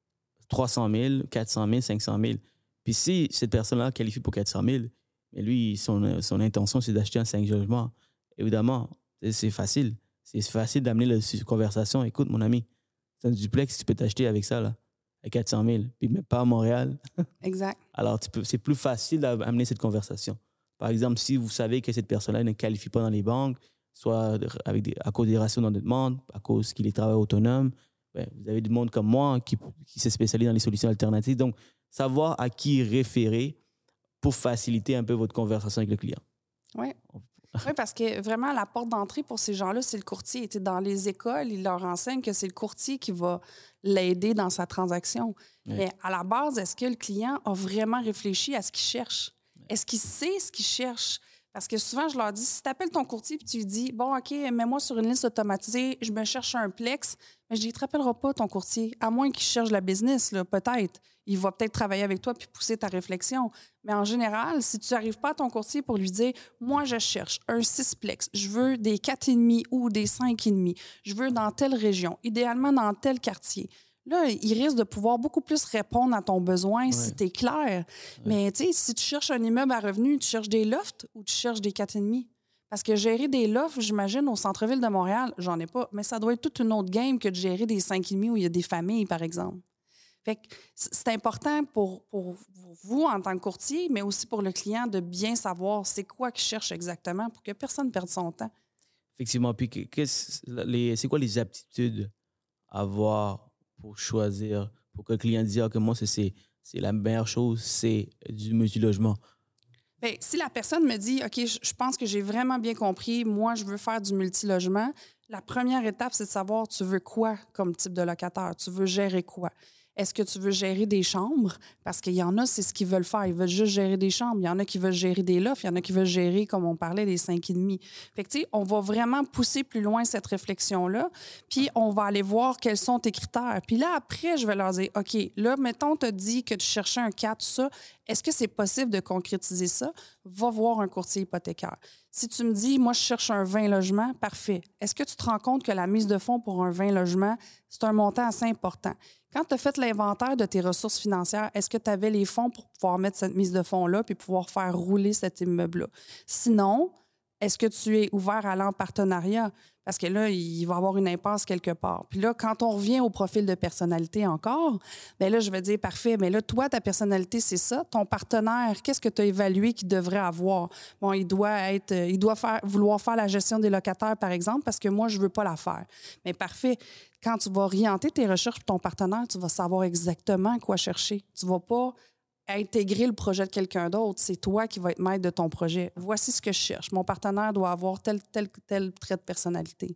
300 000, 400 000, 500 000. Puis si cette personne-là qualifie pour 400 000, mais lui, son intention, c'est d'acheter un 5 logements. Évidemment, c'est facile. C'est facile d'amener la conversation. Écoute, mon ami, c'est un duplex, tu peux t'acheter avec ça, là, à 400 000, puis même pas à Montréal. Exact. Alors, c'est plus facile d'amener cette conversation. Par exemple, si vous savez que cette personne-là ne qualifie pas dans les banques, soit à cause des ratios d'endettement, à cause qu'il est travailleur autonome, ben, vous avez du monde comme moi qui se spécialise dans les solutions alternatives. Donc, savoir à qui référer pour faciliter un peu votre conversation avec le client. Oui. Oui, parce que vraiment, la porte d'entrée pour ces gens-là, c'est le courtier. Dans les écoles, ils leur enseignent que c'est le courtier qui va l'aider dans sa transaction. Oui. Mais à la base, est-ce que le client a vraiment réfléchi à ce qu'il cherche? Oui. Est-ce qu'il sait ce qu'il cherche? Parce que souvent, je leur dis, si tu appelles ton courtier et tu lui dis, bon, OK, mets-moi sur une liste automatisée, je me cherche un plex, mais je dis, il ne te rappellera pas ton courtier, à moins qu'il cherche la business, là, peut-être. Il va peut-être travailler avec toi puis pousser ta réflexion. Mais en général, si tu n'arrives pas à ton courtier pour lui dire, moi, je cherche un 6plex, je veux des 4,5 ou des 5,5, je veux dans telle région, idéalement dans tel quartier. Là, il risque de pouvoir beaucoup plus répondre à ton besoin si tu es clair. Ouais. Mais tu sais, si tu cherches un immeuble à revenus, tu cherches des lofts ou tu cherches des 4,5? Parce que gérer des lofts, j'imagine, au centre-ville de Montréal, j'en ai pas. Mais ça doit être toute une autre game que de gérer des 5,5 où il y a des familles, par exemple. Fait que c'est important pour vous en tant que courtier, mais aussi pour le client de bien savoir c'est quoi qu'il cherche exactement pour que personne ne perde son temps. Effectivement. Puis, c'est quoi les aptitudes à avoir pour choisir, pour que le client dise que moi, c'est la meilleure chose, c'est du multilogement? Bien, si la personne me dit, OK, je pense que j'ai vraiment bien compris, moi, je veux faire du multilogement, la première étape, c'est de savoir, tu veux quoi comme type de locataire? Tu veux gérer quoi? Est-ce que tu veux gérer des chambres? Parce qu'il y en a, c'est ce qu'ils veulent faire. Ils veulent juste gérer des chambres. Il y en a qui veulent gérer des lofts. Il y en a qui veulent gérer, comme on parlait, des 5,5. Fait que, tu sais, on va vraiment pousser plus loin cette réflexion-là. Puis, on va aller voir quels sont tes critères. Puis là, après, je vais leur dire, OK, là, mettons, tu as dit que tu cherchais un 4, ça. Est-ce que c'est possible de concrétiser ça? Va voir un courtier hypothécaire. Si tu me dis, moi, je cherche un 20 logements, parfait. Est-ce que tu te rends compte que la mise de fonds pour un 20 logements, c'est un montant assez important? Quand tu as fait l'inventaire de tes ressources financières, est-ce que tu avais les fonds pour pouvoir mettre cette mise de fonds-là puis pouvoir faire rouler cet immeuble-là? Sinon, est-ce que tu es ouvert à aller en partenariat? Parce que là, il va y avoir une impasse quelque part. Puis là, quand on revient au profil de personnalité encore, bien là, je vais dire, parfait, mais là, toi, ta personnalité, c'est ça. Ton partenaire, qu'est-ce que tu as évalué qu'il devrait avoir? Bon, il doit vouloir faire la gestion des locataires, par exemple, parce que moi, je ne veux pas la faire. Mais parfait. Quand tu vas orienter tes recherches pour ton partenaire, tu vas savoir exactement quoi chercher. Tu ne vas pas intégrer le projet de quelqu'un d'autre. C'est toi qui vas être maître de ton projet. Voici ce que je cherche. Mon partenaire doit avoir tel trait de personnalité.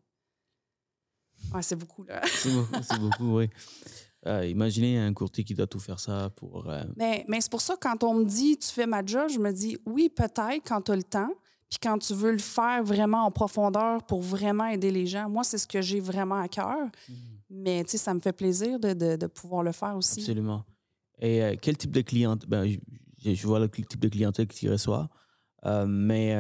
Ouais, c'est beaucoup, là. C'est beaucoup, oui. Imaginez un courtier qui doit tout faire ça pour... Mais c'est pour ça, quand on me dit « tu fais ma job », je me dis « oui, peut-être quand tu as le temps, puis quand tu veux le faire vraiment en profondeur pour vraiment aider les gens. » Moi, c'est ce que j'ai vraiment à cœur. Mais, tu sais, ça me fait plaisir de pouvoir le faire aussi. Absolument. Et quel type de clientèle? Ben, je vois le type de clientèle que tu reçois, mais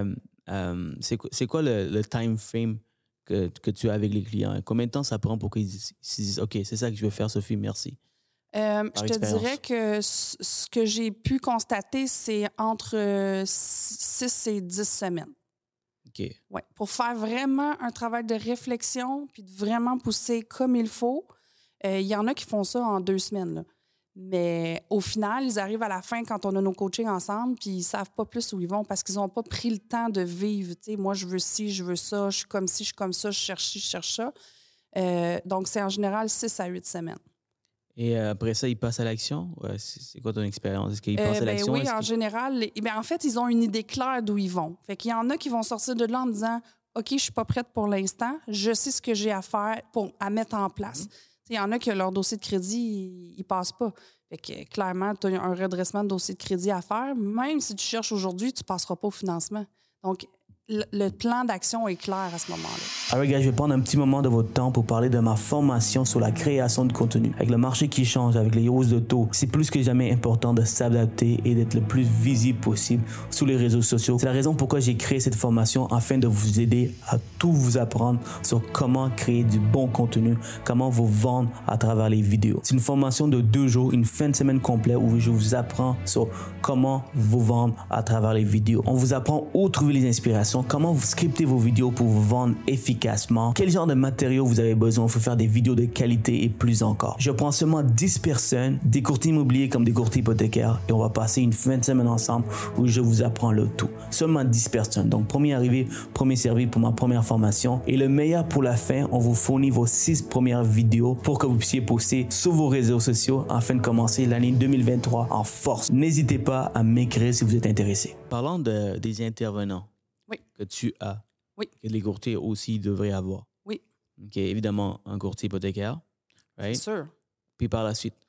c'est quoi le time frame que tu as avec les clients? Combien de temps ça prend pour qu'ils se disent « OK, c'est ça que je veux faire, Sophie, merci ». Je te dirais que ce que j'ai pu constater, c'est entre 6 et 10 semaines. OK. Ouais, pour faire vraiment un travail de réflexion puis de vraiment pousser comme il faut. Il y en a qui font ça en 2 semaines, là. Mais au final, ils arrivent à la fin quand on a nos coachings ensemble puis ils ne savent pas plus où ils vont parce qu'ils n'ont pas pris le temps de vivre. Tu sais, moi, je veux ci, je veux ça, je suis comme ci, je suis comme ça, je cherche ci, je cherche ça. Donc, c'est en général 6 à 8 semaines. Et après ça, ils passent à l'action? Ouais, c'est quoi ton expérience? Est-ce qu'ils passent à l'action? Oui, en général. En fait, ils ont une idée claire d'où ils vont. Fait qu'il y en a qui vont sortir de là en disant « OK, je ne suis pas prête pour l'instant. Je sais ce que j'ai à faire à mettre en place. Il y en a qui, leur dossier de crédit, il ne passe pas. Fait que, clairement, tu as un redressement de dossier de crédit à faire. Même si tu cherches aujourd'hui, tu ne passeras pas au financement. Donc, le plan d'action est clair à ce moment-là. Alors, gars, je vais prendre un petit moment de votre temps pour parler de ma formation sur la création de contenu. Avec le marché qui change, avec les hausses de taux, c'est plus que jamais important de s'adapter et d'être le plus visible possible sur les réseaux sociaux. C'est la raison pourquoi j'ai créé cette formation afin de vous aider à tout vous apprendre sur comment créer du bon contenu, comment vous vendre à travers les vidéos. C'est une formation de 2 jours, une fin de semaine complète où je vous apprends sur comment vous vendre à travers les vidéos. On vous apprend où trouver les inspirations, comment vous scriptez vos vidéos pour vous vendre efficacement, quel genre de matériaux vous avez besoin pour faire des vidéos de qualité et plus encore. Je prends seulement 10 personnes, des courtiers immobiliers comme des courtiers hypothécaires, et on va passer une fin de semaine ensemble où je vous apprends le tout. Seulement 10 personnes. Donc, premier arrivé, premier servi pour ma première formation. Et le meilleur pour la fin, on vous fournit vos 6 premières vidéos pour que vous puissiez poster sur vos réseaux sociaux afin de commencer l'année 2023 en force. N'hésitez pas à m'écrire si vous êtes intéressé. Parlant des intervenants que tu as, que les courtiers aussi devraient avoir. Oui. OK, évidemment, un courtier hypothécaire, right? Bien sûr. Puis par la suite?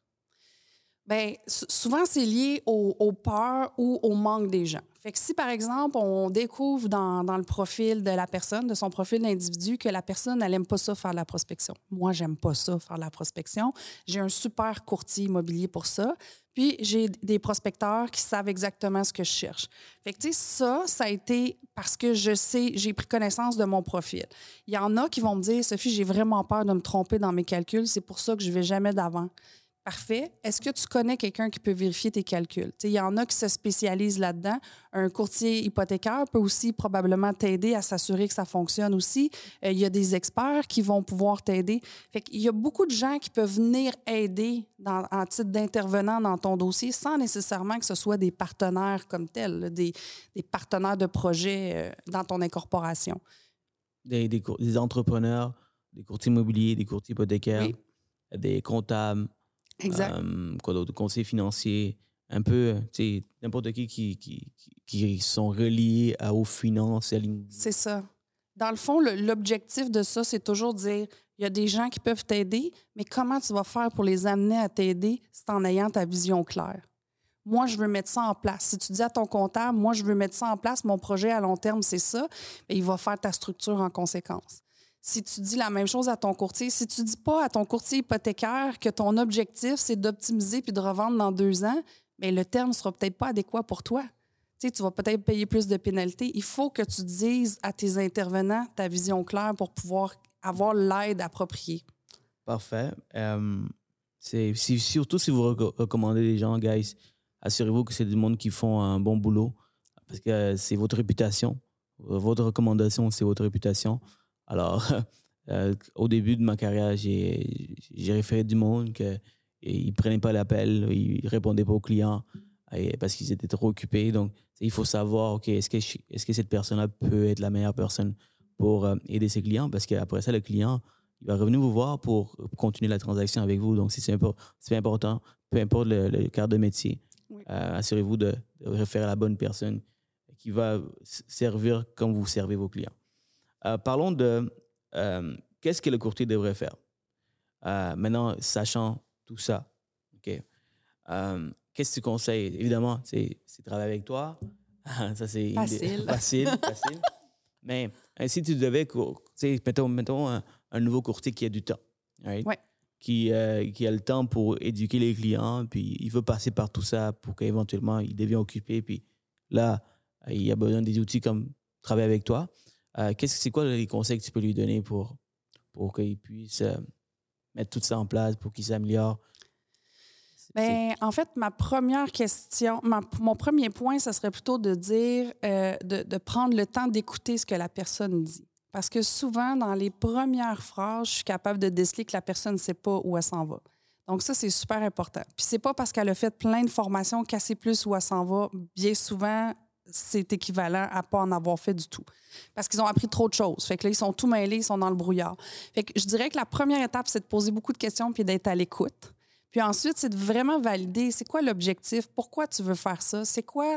Bien, souvent, c'est lié aux peurs ou au manque des gens. Fait que si, par exemple, on découvre dans le profil de la personne, de son profil d'individu, que la personne, elle n'aime pas ça faire de la prospection. Moi, j'aime pas ça faire de la prospection. J'ai un super courtier immobilier pour ça. Puis, j'ai des prospecteurs qui savent exactement ce que je cherche. Fait que, tu sais, ça a été parce que je sais, j'ai pris connaissance de mon profil. Il y en a qui vont me dire, Sophie, j'ai vraiment peur de me tromper dans mes calculs. C'est pour ça que je ne vais jamais d'avant. Parfait. Est-ce que tu connais quelqu'un qui peut vérifier tes calculs? Il y en a qui se spécialisent là-dedans. Un courtier hypothécaire peut aussi probablement t'aider à s'assurer que ça fonctionne aussi. Il y a des experts qui vont pouvoir t'aider. Fait qu'il y a beaucoup de gens qui peuvent venir aider en titre d'intervenant dans ton dossier sans nécessairement que ce soit des partenaires comme tels, là, des partenaires de projet dans ton incorporation. Des entrepreneurs, des courtiers immobiliers, des courtiers hypothécaires, des comptables. Exact. Quoi d'autre? Conseillers financiers, un peu, tu sais, n'importe qui sont reliés aux finances. C'est ça. Dans le fond, l'objectif de ça, c'est toujours de dire, il y a des gens qui peuvent t'aider, mais comment tu vas faire pour les amener à t'aider? C'est en ayant ta vision claire. Moi, je veux mettre ça en place. Si tu dis à ton comptable, moi, je veux mettre ça en place, mon projet à long terme, c'est ça, bien, il va faire ta structure en conséquence. Si tu dis la même chose à ton courtier, si tu ne dis pas à ton courtier hypothécaire que ton objectif, c'est d'optimiser puis de revendre dans 2 ans, bien, le terme ne sera peut-être pas adéquat pour toi. Tu sais, tu vas peut-être payer plus de pénalités. Il faut que tu dises à tes intervenants ta vision claire pour pouvoir avoir l'aide appropriée. Parfait. Surtout si vous recommandez des gens, guys, assurez-vous que c'est du monde qui font un bon boulot parce que c'est votre réputation. Votre recommandation, c'est votre réputation. Alors, au début de ma carrière, j'ai référé du monde qu'ils ne prenaient pas l'appel, ils ne répondaient pas aux clients parce qu'ils étaient trop occupés. Donc, il faut savoir, OK, est-ce que cette personne-là peut être la meilleure personne pour aider ses clients? Parce qu'après ça, le client, il va revenir vous voir pour continuer la transaction avec vous. Donc, c'est important, peu importe le cadre de métier. Oui. Assurez-vous de référer à la bonne personne qui va servir comme vous servez vos clients. Parlons de qu'est-ce que le courtier devrait faire. Maintenant, sachant tout ça, OK. Qu'est-ce que tu conseilles? Évidemment, c'est travailler avec toi. Ça, c'est facile. Mais si tu devais, mettons un nouveau courtier qui a du temps, right? Ouais. Qui a le temps pour éduquer les clients, puis il veut passer par tout ça pour qu'éventuellement il devienne occupé, puis là, il a besoin des outils comme travailler avec toi. C'est quoi les conseils que tu peux lui donner pour qu'il puisse mettre tout ça en place, pour qu'il s'améliore? En fait, ma première question, mon premier point, ça serait plutôt de dire, de prendre le temps d'écouter ce que la personne dit. Parce que souvent, dans les premières phrases, je suis capable de déceler que la personne ne sait pas où elle s'en va. Donc ça, c'est super important. Puis c'est pas parce qu'elle a fait plein de formations qu'elle sait plus où elle s'en va. Bien souvent, c'est équivalent à pas en avoir fait du tout. Parce qu'ils ont appris trop de choses. Fait que là, ils sont tout mêlés, ils sont dans le brouillard. Fait que je dirais que la première étape, c'est de poser beaucoup de questions puis d'être à l'écoute. Puis ensuite, c'est de vraiment valider c'est quoi l'objectif, pourquoi tu veux faire ça, c'est quoi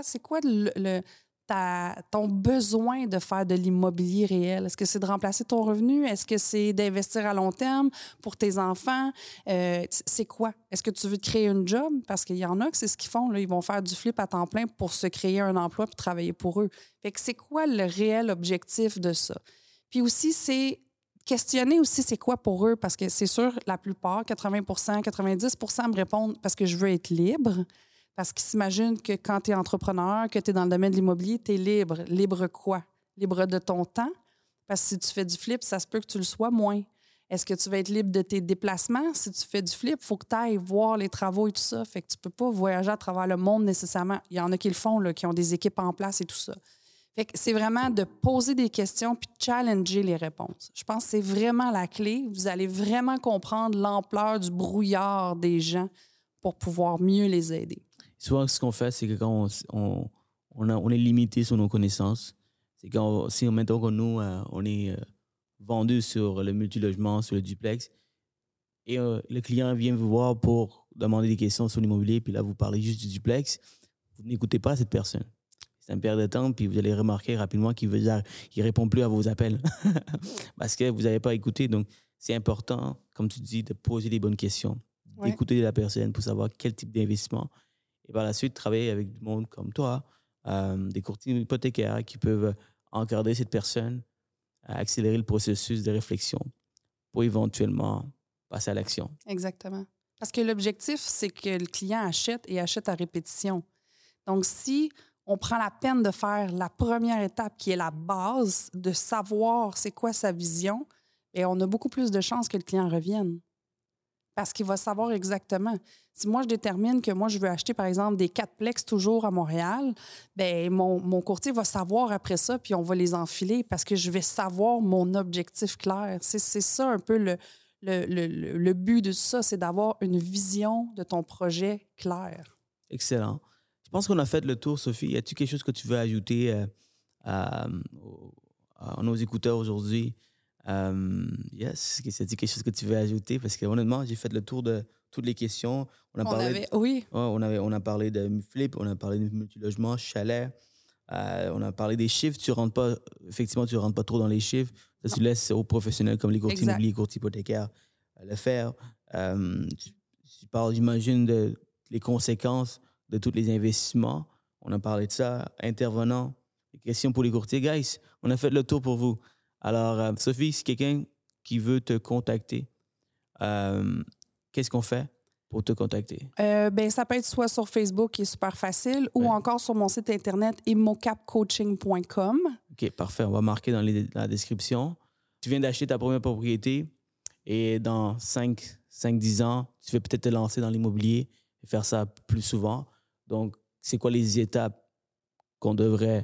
ton besoin de faire de l'immobilier réel. Est-ce que c'est de remplacer ton revenu? Est-ce que c'est d'investir à long terme pour tes enfants? C'est quoi? Est-ce que tu veux te créer une job? Parce qu'il y en a que c'est ce qu'ils font. Là. Ils vont faire du flip à temps plein pour se créer un emploi puis travailler pour eux. Fait que c'est quoi le réel objectif de ça? Puis aussi, c'est questionner aussi c'est quoi pour eux, parce que c'est sûr, la plupart, 80 90 me répondent parce que je veux être libre, parce qu'ils s'imaginent que quand tu es entrepreneur, que tu es dans le domaine de l'immobilier, tu es libre. Libre quoi? Libre de ton temps? Parce que si tu fais du flip, ça se peut que tu le sois moins. Est-ce que tu vas être libre de tes déplacements? Si tu fais du flip, il faut que tu ailles voir les travaux et tout ça. Fait que tu peux pas voyager à travers le monde nécessairement. Il y en a qui le font, là, qui ont des équipes en place et tout ça. Fait que c'est vraiment de poser des questions puis de challenger les réponses. Je pense que c'est vraiment la clé. Vous allez vraiment comprendre l'ampleur du brouillard des gens pour pouvoir mieux les aider. Souvent, ce qu'on fait, c'est que quand on est limité sur nos connaissances, c'est si mettons que nous, on est vendu sur le multilogement, sur le duplex, et le client vient vous voir pour demander des questions sur l'immobilier, puis là, vous parlez juste du duplex, vous n'écoutez pas cette personne. C'est un perte de temps, puis vous allez remarquer rapidement qu'il ne répond plus à vos appels parce que vous n'avez pas écouté. Donc, c'est important, comme tu dis, de poser les bonnes questions, d'écouter la personne pour savoir quel type d'investissement. Et par la suite, travailler avec du monde comme toi, des courtiers hypothécaires qui peuvent encadrer cette personne, accélérer le processus de réflexion pour éventuellement passer à l'action. Exactement. Parce que l'objectif, c'est que le client achète et achète à répétition. Donc, si on prend la peine de faire la première étape qui est la base, de savoir c'est quoi sa vision, et on a beaucoup plus de chances que le client revienne. Parce qu'il va savoir exactement. Si moi, je détermine que moi, je veux acheter, par exemple, des 4plex toujours à Montréal, bien, mon courtier va savoir après ça, puis on va les enfiler parce que je vais savoir mon objectif clair. C'est ça un peu le but de ça, c'est d'avoir une vision de ton projet claire. Excellent. Je pense qu'on a fait le tour, Sophie. Y a-t-il quelque chose que tu veux ajouter à nos écouteurs aujourd'hui? Yes, c'est quelque chose que tu veux ajouter? Parce que honnêtement, j'ai fait le tour de toutes les questions. On a parlé de flip, on a parlé de multilogement, chalet. On a parlé des chiffres. Tu rentres pas trop dans les chiffres. Ça, tu laisses aux professionnels comme les courtiers immobiliers, les courtiers hypothécaires le faire. Tu parles, j'imagine, des conséquences de tous les investissements. On a parlé de ça. Intervenants, des questions pour les courtiers. Guys, on a fait le tour pour vous. Alors, Sophie, si quelqu'un qui veut te contacter, qu'est-ce qu'on fait? pour te contacter? Ça peut être soit sur Facebook, qui est super facile, ou encore sur mon site internet immocapcoaching.com. OK, parfait. On va marquer dans la description. Tu viens d'acheter ta première propriété et dans 5-10 ans, tu veux peut-être te lancer dans l'immobilier et faire ça plus souvent. Donc, c'est quoi les étapes qu'on devrait...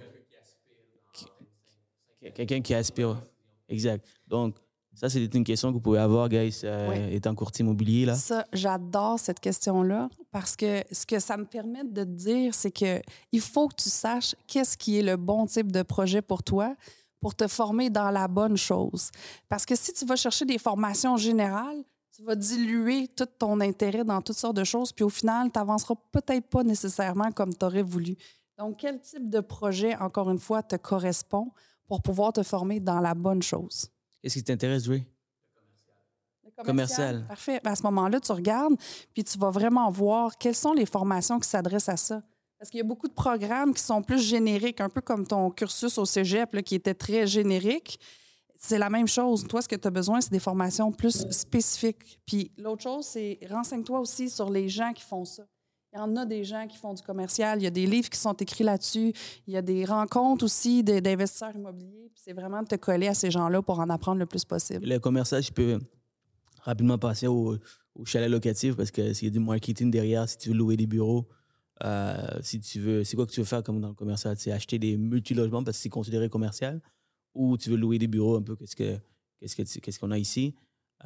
Quelqu'un qui aspire. Exact. Donc, ça, c'est une question que vous pouvez avoir, guys, étant courtier immobilier. Là. Ça, j'adore cette question-là parce que ce que ça me permet de te dire, c'est qu'il faut que tu saches qu'est-ce qui est le bon type de projet pour toi pour te former dans la bonne chose. Parce que si tu vas chercher des formations générales, tu vas diluer tout ton intérêt dans toutes sortes de choses, puis au final, tu n'avanceras peut-être pas nécessairement comme tu aurais voulu. Donc, quel type de projet, encore une fois, te correspond pour pouvoir te former dans la bonne chose? Qu'est-ce qui t'intéresse, Dre? Le commercial. Parfait. À ce moment-là, tu regardes, puis tu vas vraiment voir quelles sont les formations qui s'adressent à ça. Parce qu'il y a beaucoup de programmes qui sont plus génériques, un peu comme ton cursus au cégep, là, qui était très générique. C'est la même chose. Toi, ce que tu as besoin, c'est des formations plus spécifiques. Puis l'autre chose, c'est renseigne-toi aussi sur les gens qui font ça. Il y en a des gens qui font du commercial. Il y a des livres qui sont écrits là-dessus. Il y a des rencontres aussi d'investisseurs immobiliers. Puis c'est vraiment de te coller à ces gens-là pour en apprendre le plus possible. Le commercial, je peux rapidement passer au chalet locatif parce que s'il y a du marketing derrière, si tu veux louer des bureaux, si tu veux, c'est quoi que tu veux faire comme dans le commercial? C'est acheter des multi-logements parce que c'est considéré commercial ou tu veux louer des bureaux un peu, qu'est-ce qu'on a ici?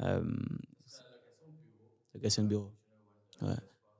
Location de bureau. Ouais.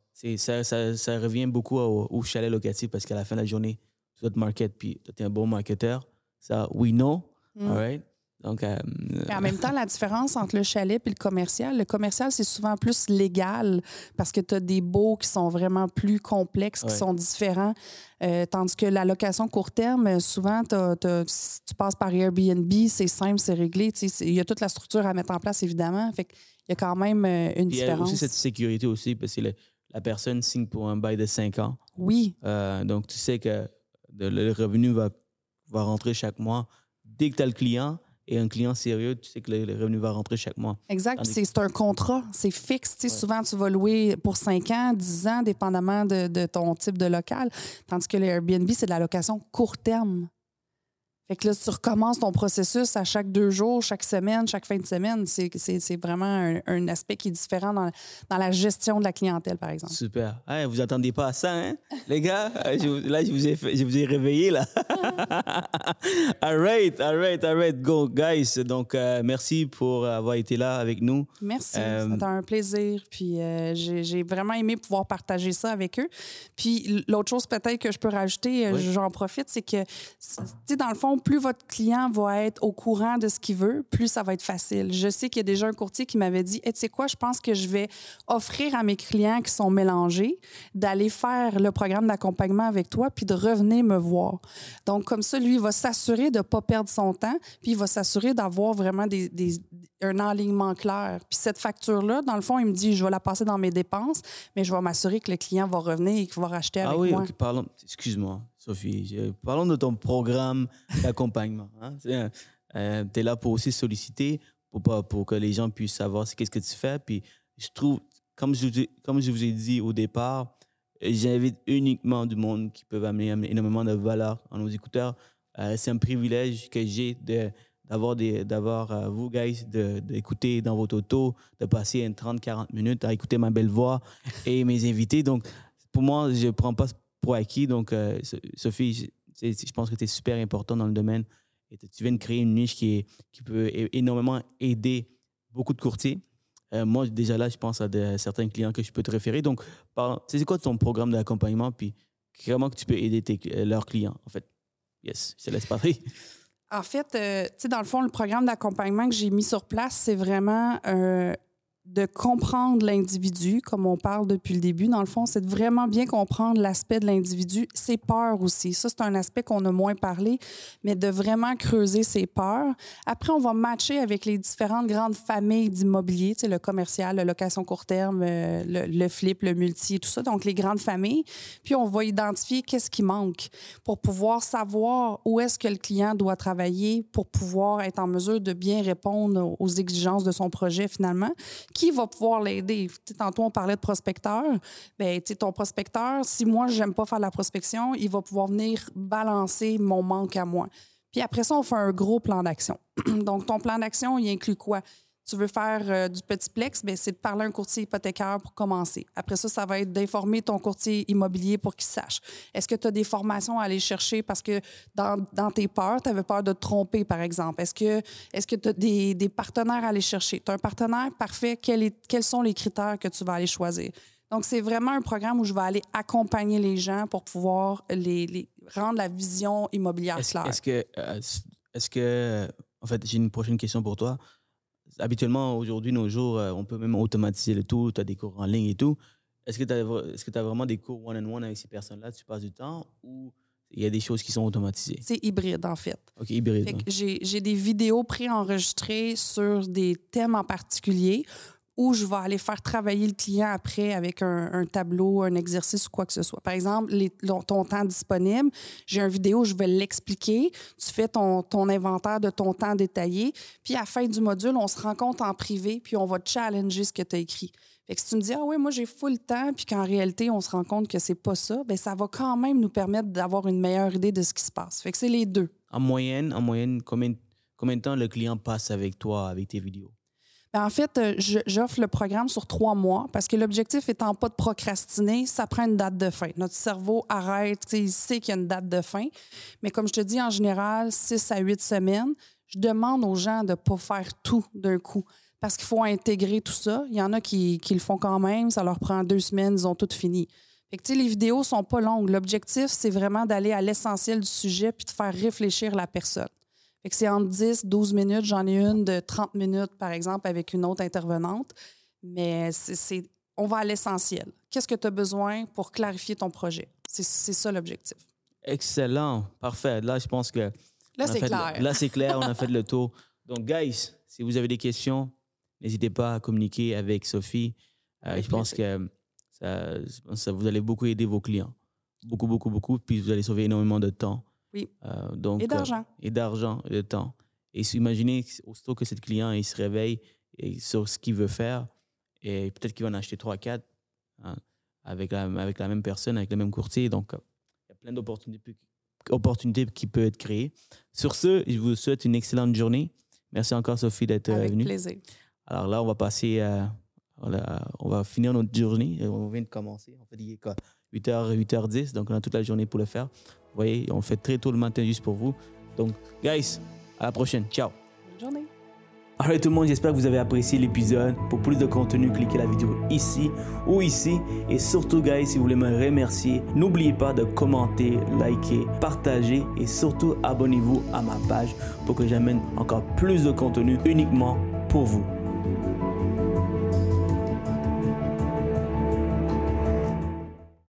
Ça revient beaucoup au chalet locatif parce qu'à la fin de la journée, tu dois te market, puis tu es un bon marketeur. Ça, we know, all right? Donc, mais en même temps, la différence entre le chalet et le commercial, c'est souvent plus légal parce que tu as des baux qui sont vraiment plus complexes, qui sont différents. Tandis que la location court terme, souvent, si tu passes par Airbnb, c'est simple, c'est réglé. Il y a toute la structure à mettre en place, évidemment. Fait qu'il y a quand même une différence. Il y a aussi cette sécurité aussi parce que la personne signe pour un bail de 5 ans. Oui. Donc, tu sais que le revenu va rentrer chaque mois. Dès que tu as le client et un client sérieux, tu sais que le revenu va rentrer chaque mois. Exact. C'est un contrat. C'est fixe. Ouais. Souvent, tu vas louer pour 5 ans, 10 ans, dépendamment de ton type de local. Tandis que le Airbnb, c'est de la location court terme. Fait que là, tu recommences ton processus à chaque 2 jours, chaque semaine, chaque fin de semaine. C'est vraiment un aspect qui est différent dans la gestion de la clientèle, par exemple. Super. Hey, vous n'attendez pas à ça, hein? Les gars, je vous ai réveillé, là. All right. Go, guys. Donc, merci pour avoir été là avec nous. Merci. C'était un plaisir. Puis, j'ai vraiment aimé pouvoir partager ça avec eux. Puis, l'autre chose peut-être que je peux rajouter, j'en profite, c'est que, tu sais, dans le fond, plus votre client va être au courant de ce qu'il veut, plus ça va être facile. Je sais qu'il y a déjà un courtier qui m'avait dit hey, « Tu sais quoi, je pense que je vais offrir à mes clients qui sont mélangés d'aller faire le programme d'accompagnement avec toi puis de revenir me voir. » Donc, comme ça, lui, il va s'assurer de ne pas perdre son temps puis il va s'assurer d'avoir vraiment un alignement clair. Puis cette facture-là, dans le fond, il me dit « Je vais la passer dans mes dépenses, mais je vais m'assurer que le client va revenir et qu'il va racheter avec moi. » OK. Excuse-moi, Sophie. Parlons de ton programme d'accompagnement. Hein? Tu es là pour aussi solliciter, pour que les gens puissent savoir qu'est-ce que tu fais. Puis je trouve, comme je vous ai dit au départ, j'invite uniquement du monde qui peut amener énormément de valeur à nos écouteurs. C'est un privilège que j'ai d'avoir vous, guys, d'écouter dans votre auto, de passer 30-40 minutes à écouter ma belle voix et mes invités. Donc, pour moi, je ne prends pas pour acquis. Donc, Sophie, je pense que tu es super important dans le domaine et tu viens de créer une niche qui peut énormément aider beaucoup de courtiers. Moi, déjà là, je pense à certains clients que je peux te référer. Donc, c'est quoi ton programme d'accompagnement puis comment que tu peux aider leurs clients, en fait? Yes, je te laisse parler. En fait, tu sais, dans le fond, le programme d'accompagnement que j'ai mis sur place, c'est vraiment de comprendre l'individu, comme on parle depuis le début. Dans le fond, c'est de vraiment bien comprendre l'aspect de l'individu, ses peurs aussi. Ça, c'est un aspect qu'on a moins parlé, mais de vraiment creuser ses peurs. Après, on va matcher avec les différentes grandes familles d'immobilier, tu sais, le commercial, la location court terme, le flip, le multi et tout ça, donc les grandes familles. Puis, on va identifier qu'est-ce qui manque pour pouvoir savoir où est-ce que le client doit travailler pour pouvoir être en mesure de bien répondre aux exigences de son projet, finalement. qui va pouvoir l'aider? Tantôt, on parlait de prospecteur. Bien, ton prospecteur, si moi, j'aime pas faire la prospection, il va pouvoir venir balancer mon manque à moi. Puis après ça, on fait un gros plan d'action. Donc, ton plan d'action, il inclut quoi? Tu veux faire du petit plex, bien, c'est de parler à un courtier hypothécaire pour commencer. Après ça, ça va être d'informer ton courtier immobilier pour qu'il sache. Est-ce que tu as des formations à aller chercher parce que dans tes peurs, tu avais peur de te tromper, par exemple? Est-ce que tu as des partenaires à aller chercher? Tu as un partenaire, parfait. Quels sont les critères que tu vas aller choisir? Donc, c'est vraiment un programme où je vais aller accompagner les gens pour pouvoir les rendre la vision immobilière claire. Est-ce que, en fait, j'ai une prochaine question pour toi. Habituellement, aujourd'hui, nos jours, on peut même automatiser le tout. Tu as des cours en ligne et tout. Est-ce que tu as vraiment des cours one-on-one avec ces personnes-là? Tu passes du temps ou il y a des choses qui sont automatisées? C'est hybride, en fait. OK, hybride. Fait que j'ai des vidéos préenregistrées sur des thèmes en particulier où je vais aller faire travailler le client après avec un tableau, un exercice ou quoi que ce soit. Par exemple, ton temps disponible, j'ai une vidéo où je vais l'expliquer. Tu fais ton inventaire de ton temps détaillé. Puis à la fin du module, on se rencontre en privé puis on va challenger ce que tu as écrit. Fait que si tu me dis « Ah oui, moi j'ai full temps » puis qu'en réalité, on se rend compte que c'est pas ça, bien, ça va quand même nous permettre d'avoir une meilleure idée de ce qui se passe. Fait que c'est les deux. En moyenne, combien de temps le client passe avec toi, avec tes vidéos? Bien, en fait, j'offre le programme sur 3 mois parce que l'objectif étant pas de procrastiner, ça prend une date de fin. Notre cerveau arrête, il sait qu'il y a une date de fin. Mais comme je te dis, en général, 6 à 8 semaines, je demande aux gens de ne pas faire tout d'un coup parce qu'il faut intégrer tout ça. Il y en a qui le font quand même, ça leur prend 2 semaines, ils ont tout fini. Fait que, les vidéos sont pas longues. L'objectif, c'est vraiment d'aller à l'essentiel du sujet puis de faire réfléchir la personne. Fait que c'est entre 10, 12 minutes. J'en ai une de 30 minutes, par exemple, avec une autre intervenante. Mais on va à l'essentiel. Qu'est-ce que tu as besoin pour clarifier ton projet? C'est ça l'objectif. Excellent. Parfait. Là, je pense que... Là, c'est clair. Là, c'est clair. On a fait le tour. Donc, guys, si vous avez des questions, n'hésitez pas à communiquer avec Sophie. Je pense que ça vous allez beaucoup aider vos clients. Beaucoup, beaucoup, beaucoup. Puis vous allez sauver énormément de temps. Oui. Donc, et d'argent. Et d'argent et de temps. Et imaginez, aussitôt que ce client il se réveille sur ce qu'il veut faire, et peut-être qu'il va en acheter 3-4 avec la même personne, avec le même courtier. Donc, il y a plein d'opportunités qui peuvent être créées. Sur ce, je vous souhaite une excellente journée. Merci encore, Sophie, d'être venue. Avec plaisir. Alors là, on va passer on va finir notre journée. On vient de commencer. En fait, il est 8h10, donc on a toute la journée pour le faire. Vous voyez, on fait très tôt le matin juste pour vous. Donc, guys, à la prochaine. Ciao. Bonne journée. Alright tout le monde, j'espère que vous avez apprécié l'épisode. Pour plus de contenu, cliquez la vidéo ici ou ici. Et surtout, guys, si vous voulez me remercier, n'oubliez pas de commenter, liker, partager et surtout abonnez-vous à ma page pour que j'amène encore plus de contenu uniquement pour vous.